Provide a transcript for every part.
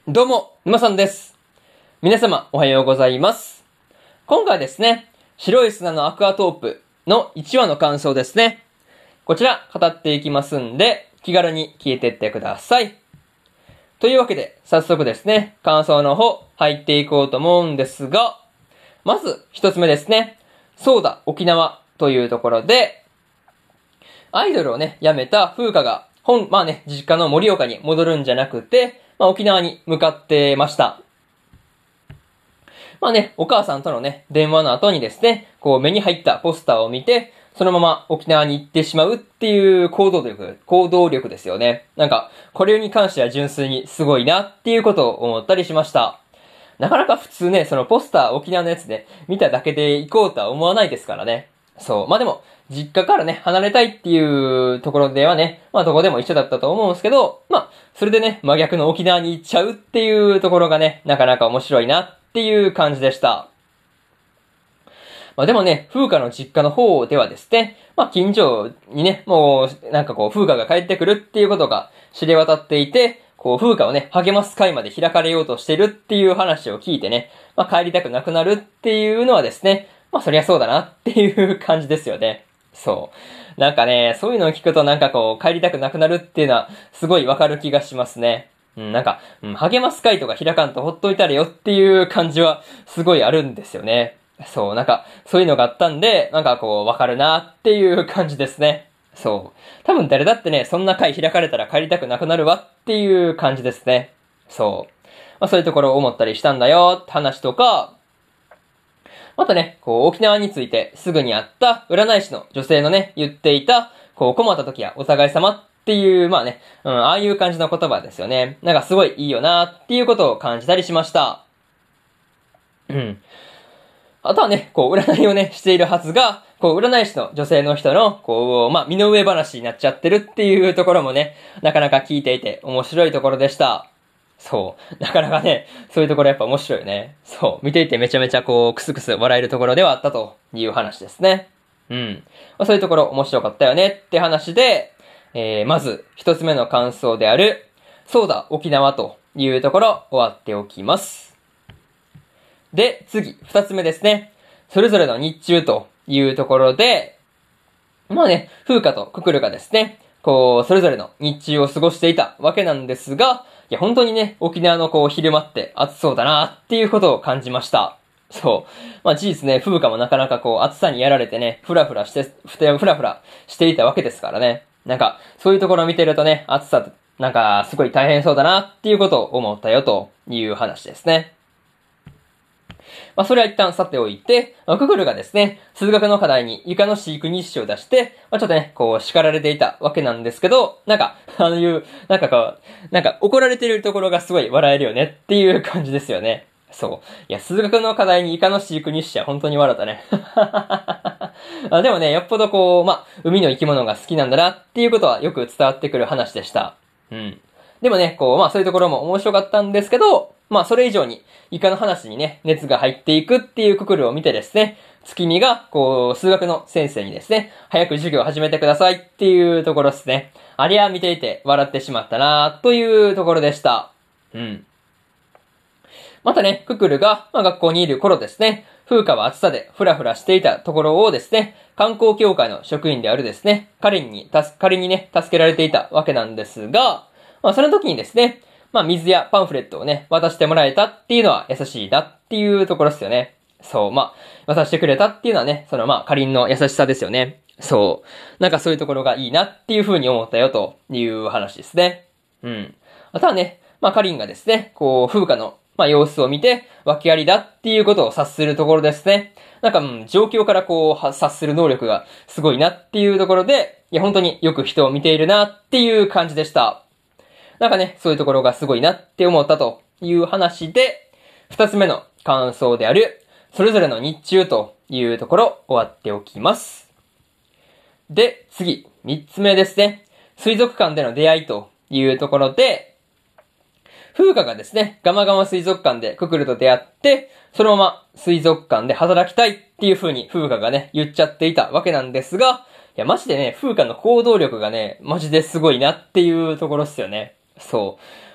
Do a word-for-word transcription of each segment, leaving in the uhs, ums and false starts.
どうも、沼さんです。皆様、おはようございます。今回ですね、白い砂のアクアトープのいちわの感想ですね。こちら、語っていきますんで、気軽に聞いていってください。というわけで、早速ですね、感想の方、入っていこうと思うんですが、まず、一つ目ですね、そうだ、沖縄というところで、アイドルをね、辞めた風花が、本、まあね、実家の盛岡に戻るんじゃなくて、まあ沖縄に向かってました。まあね、お母さんとのね、電話の後にですね、こう目に入ったポスターを見て、そのまま沖縄に行ってしまうっていう行動力、行動力ですよね。なんか、これに関しては純粋にすごいなっていうことを思ったりしました。なかなか普通ね、そのポスター沖縄のやつで、見ただけで行こうとは思わないですからね。そう。まあでも、実家からね、離れたいっていうところではね、まあどこでも一緒だったと思うんですけど、まあ、それでね、真逆の沖縄に行っちゃうっていうところがね、なかなか面白いなっていう感じでした。まあでもね、風花の実家の方ではですね、まあ近所にね、もう、なんかこう、風花が帰ってくるっていうことが知れ渡っていて、こう、風花をね、励ます会まで開かれようとしてるっていう話を聞いてね、まあ帰りたくなくなるっていうのはですね、まあそりゃそうだなっていう感じですよね。そう。なんかね、そういうのを聞くとなんかこう、帰りたくなくなるっていうのは、すごいわかる気がしますね。うん、なんか、うん、励ます会とか開かんとほっといたれよっていう感じは、すごいあるんですよね。そう、なんか、そういうのがあったんで、なんかこう、わかるなっていう感じですね。そう。多分誰だってね、そんな会開かれたら帰りたくなくなるわっていう感じですね。そう。まあそういうところを思ったりしたんだよって話とか、またね、こう、沖縄についてすぐにあった占い師の女性のね、言っていた、こう、困った時はお互い様っていう、まあね、うん、ああいう感じの言葉ですよね。なんかすごいいいよなっていうことを感じたりしました。うん。あとはね、こう、占いをね、しているはずが、こう、占い師の女性の人の、こう、まあ、身の上話になっちゃってるっていうところもね、なかなか聞いていて面白いところでした。そう。なかなかね、そういうところやっぱ面白いよね。そう。見ていてめちゃめちゃこう、クスクス笑えるところではあったという話ですね。うん。まあ、そういうところ面白かったよねって話で、えー、まず、一つ目の感想である、そうだ、沖縄というところ終わっておきます。で、次、二つ目ですね。それぞれの日中というところで、まあね、風花とククルがですね、こう、それぞれの日中を過ごしていたわけなんですが、いや、本当にね、沖縄のこう、昼間って暑そうだなっていうことを感じました。そう。まあ事実ね、風花もなかなかこう、暑さにやられてね、ふらふらして、ふて、ふらふらしていたわけですからね。なんか、そういうところを見てるとね、暑さ、なんか、すごい大変そうだなっていうことを思ったよという話ですね。まあ、それは一旦さておいて、まあ、ククルがですね、数学の課題にイカの飼育日誌を出して、まあ、ちょっとね、こう叱られていたわけなんですけど、なんか、あのいう、なんかこう、なんか怒られてるところがすごい笑えるよねっていう感じですよね。そう。いや、数学の課題にイカの飼育日誌は本当に笑ったね。あでもね、よっぽどこう、まあ、海の生き物が好きなんだなっていうことはよく伝わってくる話でした。うん。でもね、こう、まあそういうところも面白かったんですけど、まあそれ以上に、イカの話にね、熱が入っていくっていうククルを見てですね、月見が、こう、数学の先生にですね、早く授業を始めてくださいっていうところですね。ありゃ見ていて笑ってしまったなというところでした。うん。またね、ククルが、まあ、学校にいる頃ですね、風花は暑さでフラフラしていたところをですね、観光協会の職員であるですね、彼に、たす、彼にね、助けられていたわけなんですが、まあその時にですね、まあ水やパンフレットをね、渡してもらえたっていうのは優しいなっていうところですよね。そう、まあ、渡してくれたっていうのはね、そのまあ、かりんの優しさですよね。そう。なんかそういうところがいいなっていう風に思ったよという話ですね。うん。あとはね、まあ、かりんがですね、こう、風花の、まあ、様子を見て、訳ありだっていうことを察するところですね。なんか、うん、状況からこう、察する能力がすごいなっていうところで、いや、本当によく人を見ているなっていう感じでした。なんかね、そういうところがすごいなって思ったという話で、二つ目の感想である、それぞれの日中というところ終わっておきます。で、次、三つ目ですね。水族館での出会いというところで、風花がですね、ガマガマ水族館でククルと出会って、そのまま水族館で働きたいっていう風に風花がね、言っちゃっていたわけなんですが、いや、マジでね、風花の行動力がね、マジですごいなっていうところっすよね。そう。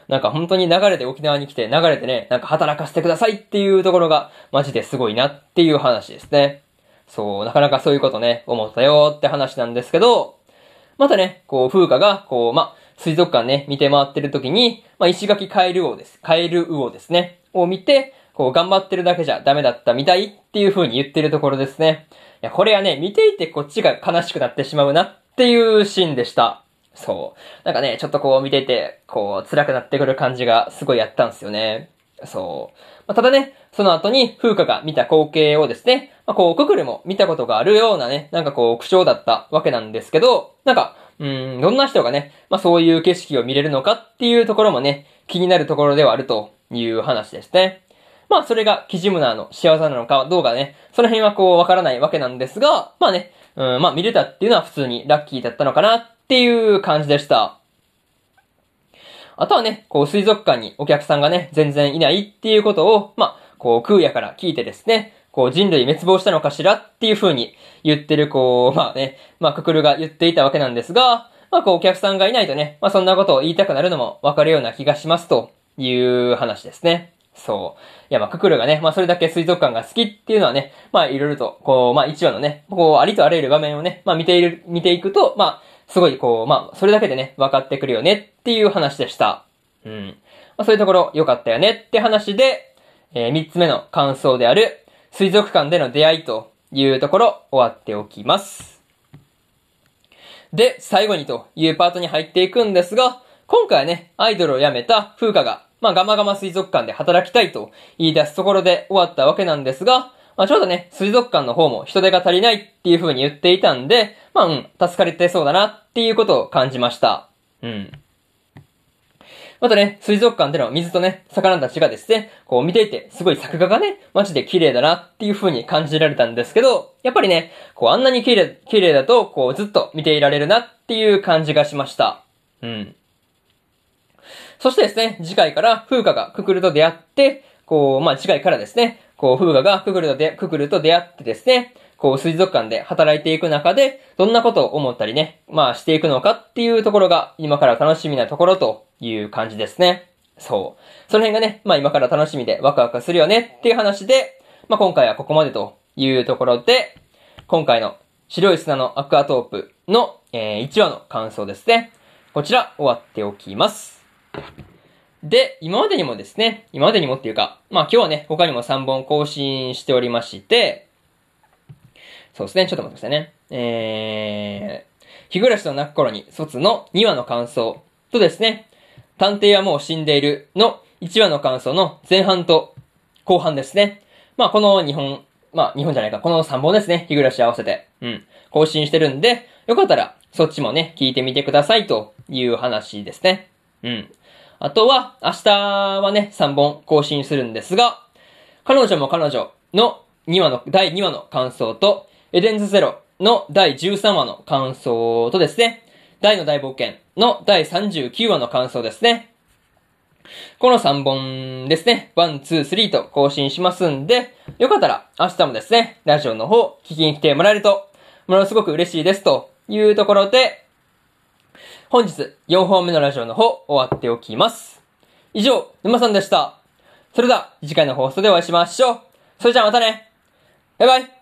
なんか本当に流れで沖縄に来て流れてね、なんか働かせてくださいっていうところがマジですごいなっていう話ですね。そう、なかなかそういうことね、思ったよって話なんですけど、またね、こう、風花が、こう、ま、水族館ね、見て回ってる時に、まあ、石垣カエル王です。カエル魚ですね。を見て、こう、頑張ってるだけじゃダメだったみたいっていう風に言ってるところですね。いや、これはね、見ていてこっちが悲しくなってしまうなっていうシーンでした。そう。なんかね、ちょっとこう見ていて、こう、辛くなってくる感じがすごいあったんですよね。そう。まあ、ただね、その後に風花が見た光景をですね、まあ、こう、ククルも見たことがあるようなね、なんかこう、苦笑だったわけなんですけど、なんか、うーん、どんな人がね、まあそういう景色を見れるのかっていうところもね、気になるところではあるという話ですね。まあそれがキジムナーの仕業なのかどうかね、その辺はこうわからないわけなんですが、まあね、うん、まあ見れたっていうのは普通にラッキーだったのかなっていう感じでした。あとはね、こう水族館にお客さんがね、全然いないっていうことを、まあ、こう空也から聞いてですね、こう人類滅亡したのかしらっていう風に言ってる、こう、まあね、まあククルが言っていたわけなんですが、まあこうお客さんがいないとね、まあそんなことを言いたくなるのもわかるような気がしますという話ですね。そう。いやまあククルがね、まあそれだけ水族館が好きっていうのはね、まあいろいろと、こう、まあ一話のね、こうありとあらゆる場面をね、まあ見ている、見ていくと、まあ、すごいこう、まあそれだけでね、分かってくるよねっていう話でした。うん。まあそういうところ良かったよねって話で、えー、三つ目の感想である、水族館での出会いというところ終わっておきます。で、最後にというパートに入っていくんですが、今回はね、アイドルを辞めた風花が、まあガマガマ水族館で働きたいと言い出すところで終わったわけなんですが、まあちょうどね、水族館の方も人手が足りないっていう風に言っていたんで、まあうん、助かりてそうだなっていうことを感じました。うん。またね、水族館での水とね、魚たちがですね、こう見ていて、すごい作画がね、マジで綺麗だなっていう風に感じられたんですけど、やっぱりね、こうあんなに綺麗、綺麗だと、こうずっと見ていられるなっていう感じがしました。うん。そしてですね、次回から風花がククルと出会って、こう、まあ次回からですね、こう風花がククルとで、ククルと出会ってですね、こう水族館で働いていく中で、どんなことを思ったりね、まあしていくのかっていうところが、今から楽しみなところという感じですね。そう。その辺がね、まあ今から楽しみでワクワクするよねっていう話で、まあ今回はここまでというところで、今回の白い砂のアクアトープの、えー、いちわの感想ですね。こちら終わっておきます。で、今までにもですね、今までにもっていうか、まあ今日はね、他にもさんぼん更新しておりまして、そうですね、ちょっと待ってくださいね。えー、日暮らしの泣く頃に卒のにわの感想とですね、探偵はもう死んでいるのいちわの感想の前半と後半ですね。まあこのにほん、まあにほんじゃないか、このさんぼんですね、日暮らし合わせて、うん、更新してるんで、よかったらそっちもね、聞いてみてくださいという話ですね。うん。あとは、明日はね、さんぼん更新するんですが、彼女も彼女のにわの、だいにわの感想と、エデンズゼロのだいじゅうさんわの感想とですね、大の大冒険のだいさんじゅうきゅうわの感想ですね。このさんぼんですね、いち、に、さんと更新しますんで、よかったら明日もですね、ラジオの方聞きに来てもらえると、ものすごく嬉しいですというところで、本日よんほんめのラジオの方終わっておきます。以上、沼さんでした。それでは次回の放送でお会いしましょう。それじゃあまたね。バイバイ。